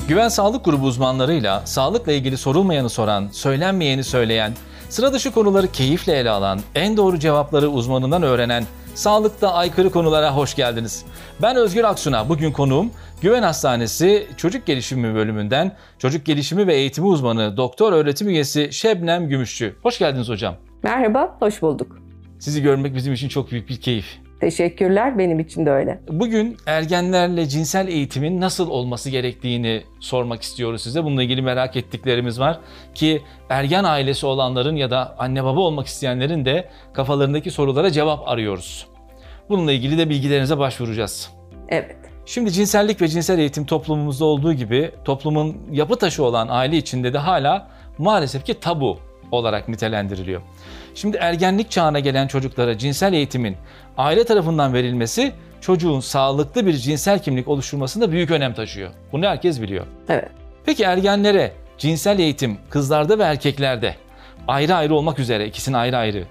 Güven Sağlık Grubu uzmanlarıyla sağlıkla ilgili sorulmayanı soran, söylenmeyeni söyleyen, sıra dışı konuları keyifle ele alan, en doğru cevapları uzmanından öğrenen Sağlıkta Aykırı Konulara hoş geldiniz. Ben Özgür Aksun'a, bugün konuğum Güven Hastanesi Çocuk Gelişimi Bölümünden Çocuk Gelişimi ve Eğitimi Uzmanı Doktor Öğretim Üyesi Şebnem Gümüşçü. Hoş geldiniz hocam. Merhaba, hoş bulduk. Sizi görmek bizim için çok büyük bir keyif. Teşekkürler, benim için de öyle. Bugün ergenlerle cinsel eğitimin nasıl olması gerektiğini sormak istiyoruz size. Bununla ilgili merak ettiklerimiz var ki ergen ailesi olanların ya da anne baba olmak isteyenlerin de kafalarındaki sorulara cevap arıyoruz. Bununla ilgili de bilgilerinize başvuracağız. Evet. Şimdi cinsellik ve cinsel eğitim toplumumuzda olduğu gibi toplumun yapı taşı olan aile içinde de hala maalesef ki tabu olarak nitelendiriliyor. Şimdi ergenlik çağına gelen çocuklara cinsel eğitimin aile tarafından verilmesi çocuğun sağlıklı bir cinsel kimlik oluşturmasında büyük önem taşıyor. Bunu herkes biliyor. Evet. Peki ergenlere cinsel eğitim kızlarda ve erkeklerde ayrı ayrı olmak üzere, ikisinin ayrı ayrı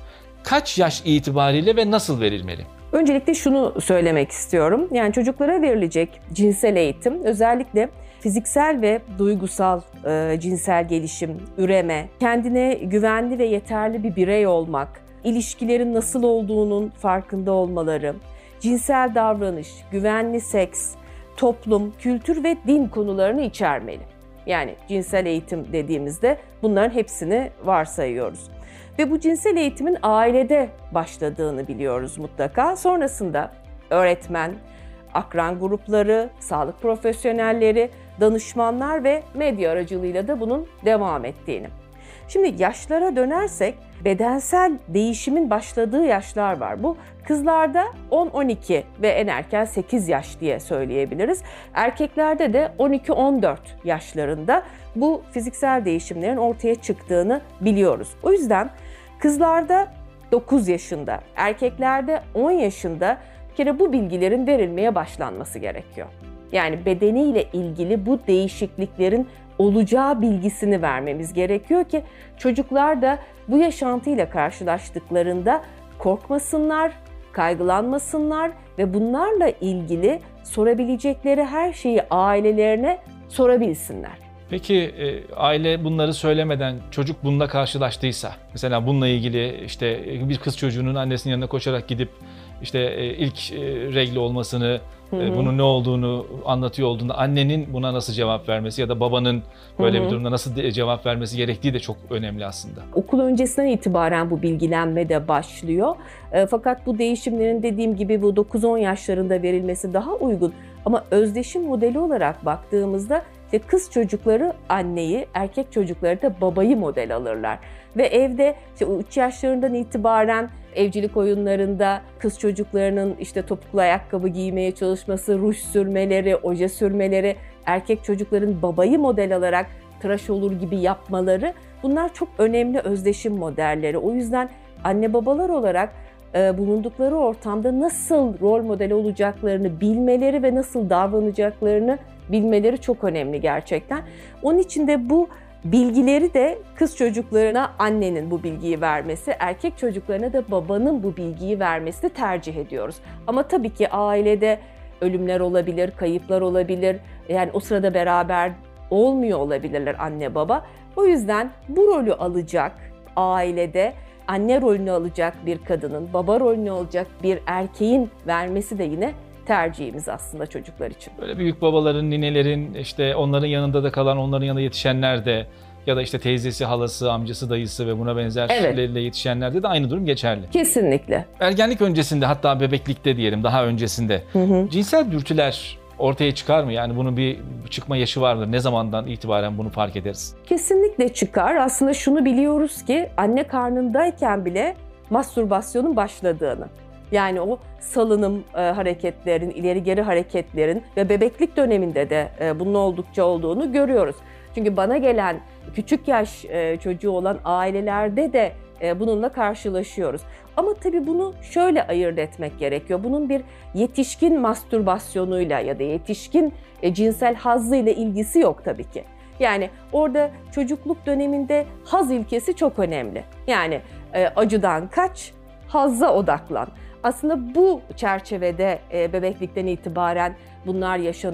kaç yaş itibariyle ve nasıl verilmeli? Öncelikle şunu söylemek istiyorum. Yani çocuklara verilecek cinsel eğitim özellikle fiziksel ve duygusal cinsel gelişim, üreme, kendine güvenli ve yeterli bir birey olmak, ilişkilerin nasıl olduğunun farkında olmaları, cinsel davranış, güvenli seks, toplum, kültür ve din konularını içermeli. Yani cinsel eğitim dediğimizde bunların hepsini varsayıyoruz. Ve bu cinsel eğitimin ailede başladığını biliyoruz mutlaka. Sonrasında öğretmen, akran grupları, sağlık profesyonelleri, danışmanlar ve medya aracılığıyla da bunun devam ettiğini. Şimdi yaşlara dönersek bedensel değişimin başladığı yaşlar var. Bu kızlarda 10-12 ve en erken 8 yaş diye söyleyebiliriz. Erkeklerde de 12-14 yaşlarında bu fiziksel değişimlerin ortaya çıktığını biliyoruz. O yüzden kızlarda 9 yaşında, erkeklerde 10 yaşında bir kere bu bilgilerin verilmeye başlanması gerekiyor. Yani bedeniyle ilgili bu değişikliklerin olacağı bilgisini vermemiz gerekiyor ki çocuklar da bu yaşantıyla karşılaştıklarında korkmasınlar, kaygılanmasınlar ve bunlarla ilgili sorabilecekleri her şeyi ailelerine sorabilsinler. Peki aile bunları söylemeden çocuk bununla karşılaştıysa, mesela bununla ilgili işte bir kız çocuğunun annesinin yanına koşarak gidip işte ilk regl olmasını, bunun ne olduğunu anlatıyor olduğunda annenin buna nasıl cevap vermesi ya da babanın böyle bir durumda nasıl cevap vermesi gerektiği de çok önemli aslında. Okul öncesinden itibaren bu bilgilenme de başlıyor. Fakat bu değişimlerin dediğim gibi bu 9-10 yaşlarında verilmesi daha uygun. Ama özdeşim modeli olarak baktığımızda kız çocukları anneyi, erkek çocukları da babayı model alırlar. Ve evde 3 yaşlarından itibaren evcilik oyunlarında kız çocuklarının topuklu ayakkabı giymeye çalışması, ruj sürmeleri, oje sürmeleri, erkek çocukların babayı model alarak tıraş olur gibi yapmaları, bunlar çok önemli özdeşim modelleri. O yüzden anne babalar olarak bulundukları ortamda nasıl rol model olacaklarını bilmeleri ve nasıl davranacaklarını bilmeleri çok önemli gerçekten. Onun için de bu bilgileri de kız çocuklarına annenin bu bilgiyi vermesi, erkek çocuklarına da babanın bu bilgiyi vermesini tercih ediyoruz. Ama tabii ki ailede ölümler olabilir, kayıplar olabilir. Yani o sırada beraber olmuyor olabilirler anne baba. O yüzden bu rolü alacak ailede anne rolünü alacak bir kadının, baba rolünü alacak bir erkeğin vermesi de yine tercihimiz aslında çocuklar için. Böyle büyük babaların, ninelerin, onların yanında da kalan, onların yanında yetişenler de ya da teyzesi, halası, amcası, dayısı ve buna benzer kişilerle yetişenlerde de aynı durum geçerli. Kesinlikle. Ergenlik öncesinde, hatta bebeklikte diyelim, daha öncesinde cinsel dürtüler ortaya çıkar mı? Yani bunun bir çıkma yaşı vardır. Ne zamandan itibaren bunu fark ederiz? Kesinlikle çıkar. Aslında şunu biliyoruz ki anne karnındayken bile mastürbasyonun başladığını. Yani o salınım hareketlerin, ileri geri hareketlerin ve bebeklik döneminde de bunun oldukça olduğunu görüyoruz. Çünkü bana gelen küçük yaş çocuğu olan ailelerde de bununla karşılaşıyoruz. Ama tabii bunu şöyle ayırt etmek gerekiyor. Bunun bir yetişkin mastürbasyonuyla ya da yetişkin cinsel hazzıyla ilgisi yok tabii ki. Yani orada çocukluk döneminde haz ilkesi çok önemli. Yani acıdan kaç, hazza odaklan. Aslında bu çerçevede bebeklikten itibaren bunlar yaşanıyor.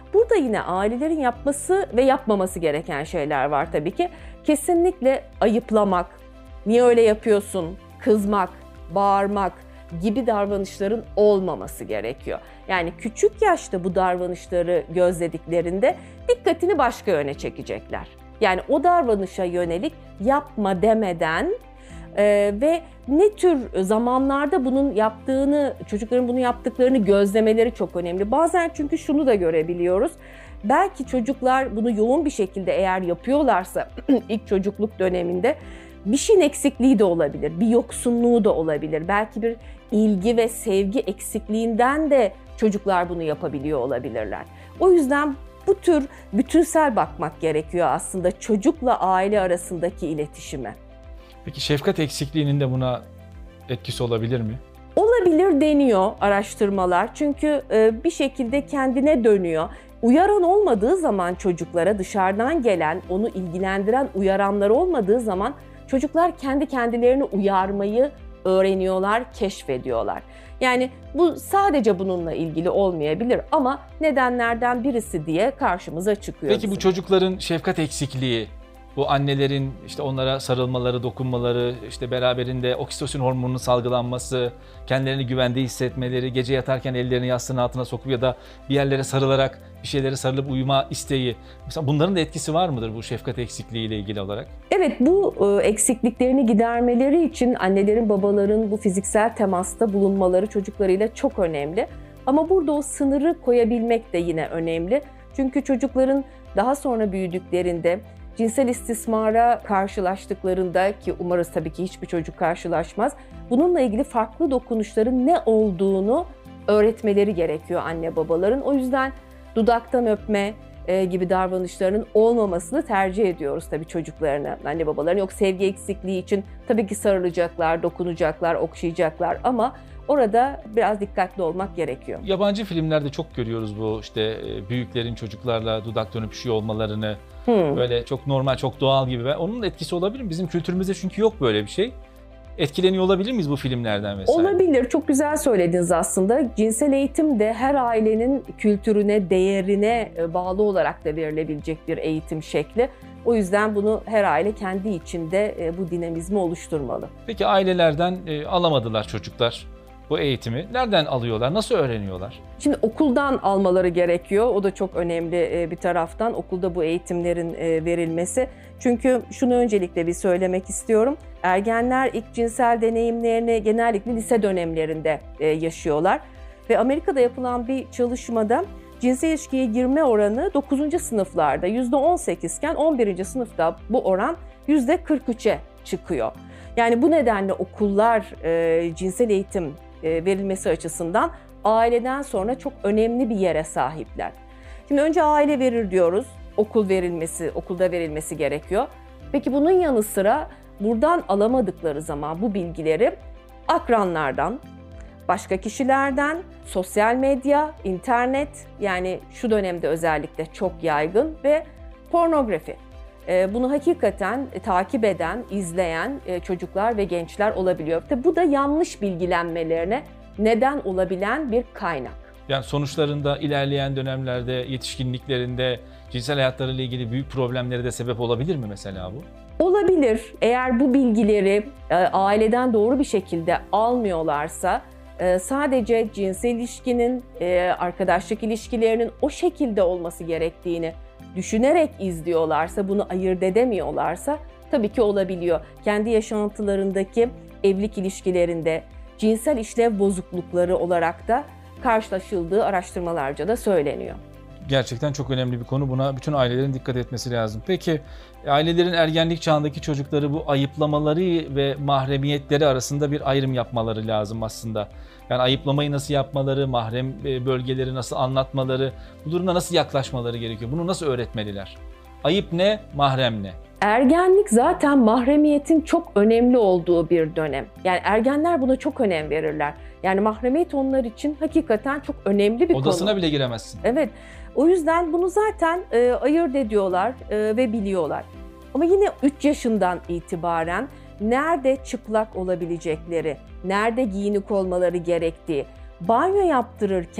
Burada yine ailelerin yapması ve yapmaması gereken şeyler var tabii ki. Kesinlikle ayıplamak, niye öyle yapıyorsun, kızmak, bağırmak gibi davranışların olmaması gerekiyor. Yani küçük yaşta bu davranışları gözlediklerinde dikkatini başka yöne çekecekler. Yani o davranışa yönelik yapma demeden ve ne tür zamanlarda bunun yaptığını, çocukların bunu yaptıklarını gözlemeleri çok önemli. Bazen çünkü şunu da görebiliyoruz. Belki çocuklar bunu yoğun bir şekilde eğer yapıyorlarsa ilk çocukluk döneminde bir şeyin eksikliği de olabilir, bir yoksunluğu da olabilir. Belki bir ilgi ve sevgi eksikliğinden de çocuklar bunu yapabiliyor olabilirler. O yüzden bu tür bütünsel bakmak gerekiyor aslında çocukla aile arasındaki iletişime. Peki şefkat eksikliğinin de buna etkisi olabilir mi? Olabilir deniyor araştırmalar. Çünkü bir şekilde kendine dönüyor. Uyaran olmadığı zaman çocuklara dışarıdan gelen, onu ilgilendiren uyaranlar olmadığı zaman çocuklar kendi kendilerini uyarmayı öğreniyorlar, keşfediyorlar. Yani bu sadece bununla ilgili olmayabilir ama nedenlerden birisi diye karşımıza çıkıyor. Peki bu çocukların şefkat eksikliği, bu annelerin işte onlara sarılmaları, dokunmaları, işte beraberinde oksitosin hormonunun salgılanması, kendilerini güvende hissetmeleri, gece yatarken ellerini yastığın altına sokup ya da bir yerlere sarılarak bir şeylere sarılıp uyuma isteği. Mesela bunların da etkisi var mıdır bu şefkat eksikliği ile ilgili olarak? Evet, bu eksikliklerini gidermeleri için annelerin, babaların bu fiziksel temasta bulunmaları çocuklarıyla çok önemli. Ama burada o sınırı koyabilmek de yine önemli. Çünkü çocukların daha sonra büyüdüklerinde cinsel istismara karşılaştıklarında, ki umarız tabii ki hiçbir çocuk karşılaşmaz, bununla ilgili farklı dokunuşların ne olduğunu öğretmeleri gerekiyor anne babaların. O yüzden dudaktan öpme gibi davranışlarının olmamasını tercih ediyoruz tabii çocuklarına, anne babaların. Yok, sevgi eksikliği için tabii ki sarılacaklar, dokunacaklar, okşayacaklar ama orada biraz dikkatli olmak gerekiyor. Yabancı filmlerde çok görüyoruz bu işte büyüklerin çocuklarla dudaktan öpüşüyor olmalarını. Böyle çok normal, çok doğal gibi. Ve onun da etkisi olabilir mi? Bizim kültürümüzde çünkü yok böyle bir şey. Etkileniyor olabilir miyiz bu filmlerden vesaire? Olabilir. Çok güzel söylediniz aslında. Cinsel eğitim de her ailenin kültürüne, değerine bağlı olarak da verilebilecek bir eğitim şekli. O yüzden bunu her aile kendi içinde bu dinamizmi oluşturmalı. Peki ailelerden alamadılar çocuklar bu eğitimi. Nereden alıyorlar? Nasıl öğreniyorlar? Şimdi okuldan almaları gerekiyor. O da çok önemli bir taraftan. Okulda bu eğitimlerin verilmesi. Çünkü şunu öncelikle bir söylemek istiyorum. Ergenler ilk cinsel deneyimlerini genellikle lise dönemlerinde yaşıyorlar. Ve Amerika'da yapılan bir çalışmada cinsel ilişkiye girme oranı 9. sınıflarda %18 iken 11. sınıfta bu oran %43'e çıkıyor. Yani bu nedenle okullar cinsel eğitim verilmesi açısından aileden sonra çok önemli bir yere sahipler. Şimdi önce aile verir diyoruz, okulda verilmesi gerekiyor. Peki bunun yanı sıra buradan alamadıkları zaman bu bilgileri akranlardan, başka kişilerden, sosyal medya, internet, yani şu dönemde özellikle çok yaygın ve pornografi. Bunu hakikaten takip eden, izleyen çocuklar ve gençler olabiliyor. Tabii bu da yanlış bilgilenmelerine neden olabilen bir kaynak. Yani sonuçlarında ilerleyen dönemlerde, yetişkinliklerinde cinsel hayatlarıyla ilgili büyük problemlere de sebep olabilir mi mesela bu? Olabilir. Eğer bu bilgileri aileden doğru bir şekilde almıyorlarsa, sadece cinsel ilişkinin, arkadaşlık ilişkilerinin o şekilde olması gerektiğini düşünerek izliyorlarsa, bunu ayırt edemiyorlarsa tabii ki olabiliyor. Kendi yaşantılarındaki evlilik ilişkilerinde cinsel işlev bozuklukları olarak da karşılaşıldığı araştırmalarca da söyleniyor. Gerçekten çok önemli bir konu. Buna bütün ailelerin dikkat etmesi lazım. Peki ailelerin ergenlik çağındaki çocukları bu ayıplamaları ve mahremiyetleri arasında bir ayrım yapmaları lazım aslında. Yani ayıplamayı nasıl yapmaları, mahrem bölgeleri nasıl anlatmaları, bu durumda nasıl yaklaşmaları gerekiyor? Bunu nasıl öğretmeliler? Ayıp ne, mahrem ne? Ergenlik zaten mahremiyetin çok önemli olduğu bir dönem. Yani ergenler buna çok önem verirler. Yani mahremiyet onlar için hakikaten çok önemli bir konu. Odasına bile giremezsin. Evet. O yüzden bunu zaten ayırt ediyorlar ve biliyorlar. Ama yine 3 yaşından itibaren nerede çıplak olabilecekleri, nerede giyinik olmaları gerektiği, banyo yaptırırken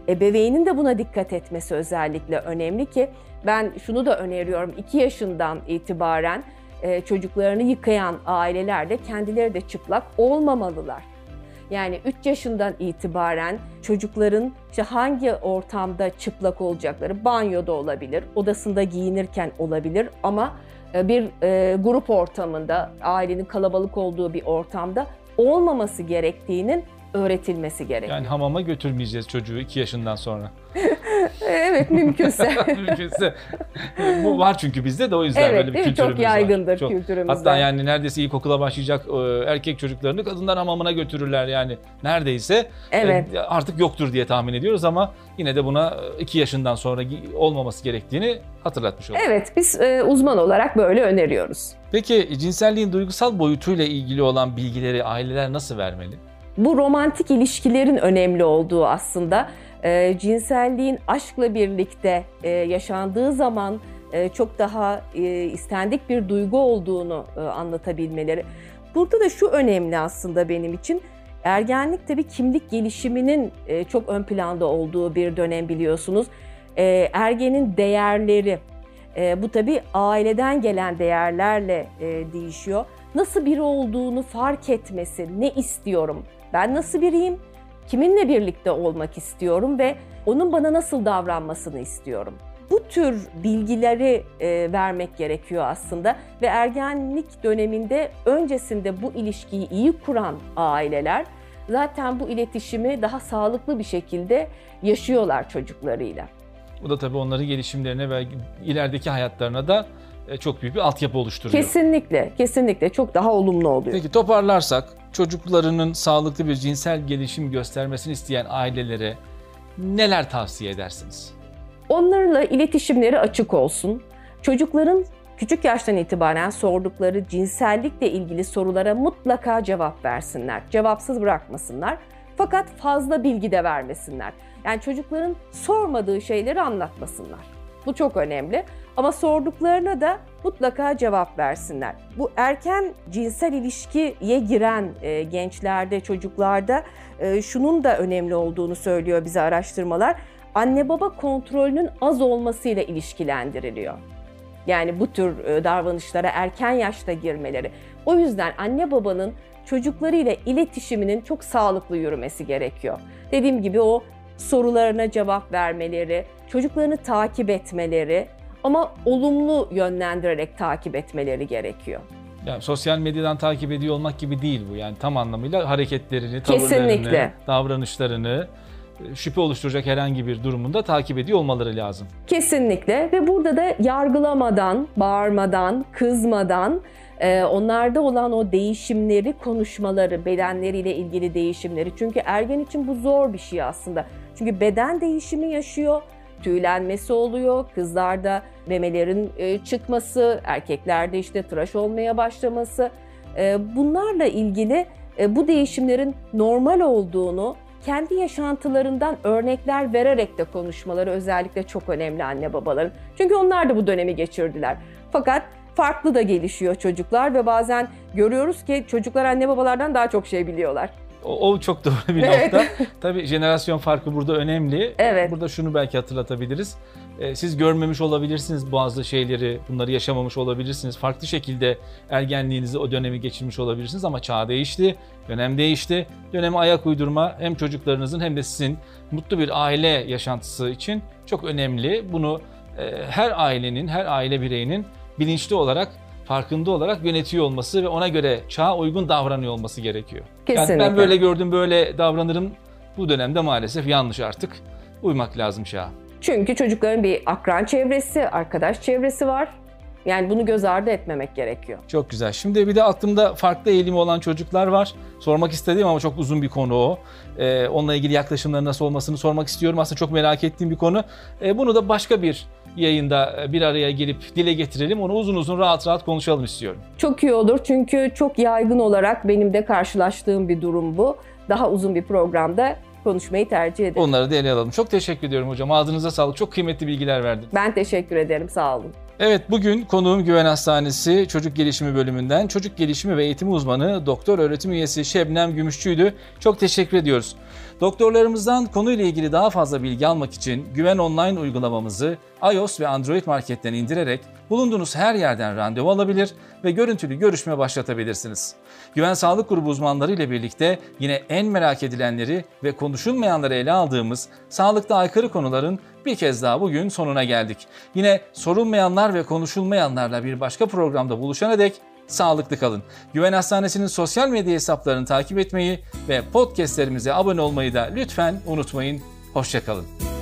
ebeveynin de buna dikkat etmesi özellikle önemli ki ben şunu da öneriyorum. 2 yaşından itibaren çocuklarını yıkayan aileler de kendileri de çıplak olmamalılar. Yani 3 yaşından itibaren çocukların işte hangi ortamda çıplak olacakları, banyoda olabilir, odasında giyinirken olabilir ama bir grup ortamında, ailenin kalabalık olduğu bir ortamda olmaması gerektiğinin öğretilmesi gerekiyor. Yani hamama götürmeyeceğiz çocuğu 2 yaşından sonra. Evet, mümkünse. Mümkünse. Bu var çünkü bizde de o yüzden Evet, böyle bir kültürümüz çok yaygındır var. Çok. kültürümüzde. Hatta yani neredeyse ilkokula başlayacak erkek çocuklarını kadınlar hamamına götürürler yani. Neredeyse Evet. Artık yoktur diye tahmin ediyoruz ama yine de buna 2 yaşından sonra olmaması gerektiğini hatırlatmış olduk. Evet, biz uzman olarak böyle öneriyoruz. Peki cinselliğin duygusal boyutuyla ilgili olan bilgileri aileler nasıl vermeli? Bu romantik ilişkilerin önemli olduğu aslında cinselliğin aşkla birlikte yaşandığı zaman çok daha istendik bir duygu olduğunu anlatabilmeleri. Burada da şu önemli aslında benim için. Ergenlik tabii kimlik gelişiminin çok ön planda olduğu bir dönem biliyorsunuz. Ergenin değerleri, bu tabii aileden gelen değerlerle değişiyor. Nasıl biri olduğunu fark etmesi, ne istiyorum, ben nasıl biriyim, kiminle birlikte olmak istiyorum ve onun bana nasıl davranmasını istiyorum. Bu tür bilgileri vermek gerekiyor aslında ve ergenlik döneminde öncesinde bu ilişkiyi iyi kuran aileler zaten bu iletişimi daha sağlıklı bir şekilde yaşıyorlar çocuklarıyla. Bu da tabii onların gelişimlerine ve ilerideki hayatlarına da çok büyük bir altyapı oluşturuyor. Kesinlikle, kesinlikle çok daha olumlu oluyor. Peki toparlarsak çocuklarının sağlıklı bir cinsel gelişim göstermesini isteyen ailelere neler tavsiye edersiniz? Onlarla iletişimleri açık olsun. Çocukların küçük yaştan itibaren sordukları cinsellikle ilgili sorulara mutlaka cevap versinler. Cevapsız bırakmasınlar. Fakat fazla bilgi de vermesinler. Yani çocukların sormadığı şeyleri anlatmasınlar. Bu çok önemli. Ama sorduklarına da mutlaka cevap versinler. Bu erken cinsel ilişkiye giren gençlerde, çocuklarda şunun da önemli olduğunu söylüyor bize araştırmalar. Anne baba kontrolünün az olmasıyla ilişkilendiriliyor. Yani bu tür davranışlara erken yaşta girmeleri. O yüzden anne babanın çocuklarıyla iletişiminin çok sağlıklı yürümesi gerekiyor. Dediğim gibi o sorularına cevap vermeleri, çocuklarını takip etmeleri ama olumlu yönlendirerek takip etmeleri gerekiyor. Yani sosyal medyadan takip ediyor olmak gibi değil bu. Yani tam anlamıyla hareketlerini, tavırlarını, Kesinlikle. davranışlarını, şüphe oluşturacak herhangi bir durumunda takip ediyor olmaları lazım. Kesinlikle ve burada da yargılamadan, bağırmadan, kızmadan onlarda olan o değişimleri, konuşmaları, bedenleriyle ilgili değişimleri. Çünkü ergen için bu zor bir şey aslında. Çünkü beden değişimi yaşıyor, tüylenmesi oluyor, kızlarda memelerin çıkması, erkeklerde işte tıraş olmaya başlaması. Bunlarla ilgili bu değişimlerin normal olduğunu, kendi yaşantılarından örnekler vererek de konuşmaları özellikle çok önemli anne babaların. Çünkü onlar da bu dönemi geçirdiler. Fakat farklı da gelişiyor çocuklar ve bazen görüyoruz ki çocuklar anne babalardan daha çok şey biliyorlar. O çok doğru bir nokta. Tabii jenerasyon farkı burada önemli. Evet. Burada şunu belki hatırlatabiliriz. Siz görmemiş olabilirsiniz bazı şeyleri, bunları yaşamamış olabilirsiniz. Farklı şekilde ergenliğinizi, o dönemi geçirmiş olabilirsiniz ama çağ değişti, dönem değişti. Döneme ayak uydurma hem çocuklarınızın hem de sizin mutlu bir aile yaşantısı için çok önemli. Bunu her ailenin, her aile bireyinin bilinçli olarak, farkında olarak yönetiyor olması ve ona göre çağa uygun davranıyor olması gerekiyor. Kesinlikle. Yani ben böyle gördüm, böyle davranırım. Bu dönemde maalesef yanlış artık. Uymak lazım çağa. Çünkü çocukların bir akran çevresi, arkadaş çevresi var. Yani bunu göz ardı etmemek gerekiyor. Çok güzel. Şimdi bir de aklımda farklı eğilimi olan çocuklar var. Sormak istediğim ama çok uzun bir konu o. Onunla ilgili yaklaşımların nasıl olmasını sormak istiyorum. Aslında çok merak ettiğim bir konu. Bunu da başka bir yayında bir araya gelip dile getirelim. Onu uzun uzun rahat rahat konuşalım istiyorum. Çok iyi olur çünkü çok yaygın olarak benim de karşılaştığım bir durum bu. Daha uzun bir programda konuşmayı tercih ederim. Onları da ele alalım. Çok teşekkür ediyorum hocam. Ağzınıza sağlık. Çok kıymetli bilgiler verdiniz. Ben teşekkür ederim. Sağ olun. Evet, bugün konuğum Güven Hastanesi Çocuk Gelişimi Bölümünden çocuk gelişimi ve eğitimi uzmanı doktor öğretim üyesi Şebnem Gümüşçü'ydü. Çok teşekkür ediyoruz. Doktorlarımızdan konuyla ilgili daha fazla bilgi almak için Güven Online uygulamamızı iOS ve Android Market'ten indirerek bulunduğunuz her yerden randevu alabilir ve görüntülü görüşme başlatabilirsiniz. Güven Sağlık Grubu uzmanları ile birlikte yine en merak edilenleri ve konuşulmayanları ele aldığımız sağlıkta aykırı konuların bir kez daha bugün sonuna geldik. Yine sorulmayanlar ve konuşulmayanlarla bir başka programda buluşana dek sağlıklı kalın. Güven Hastanesi'nin sosyal medya hesaplarını takip etmeyi ve podcastlerimize abone olmayı da lütfen unutmayın. Hoşça kalın.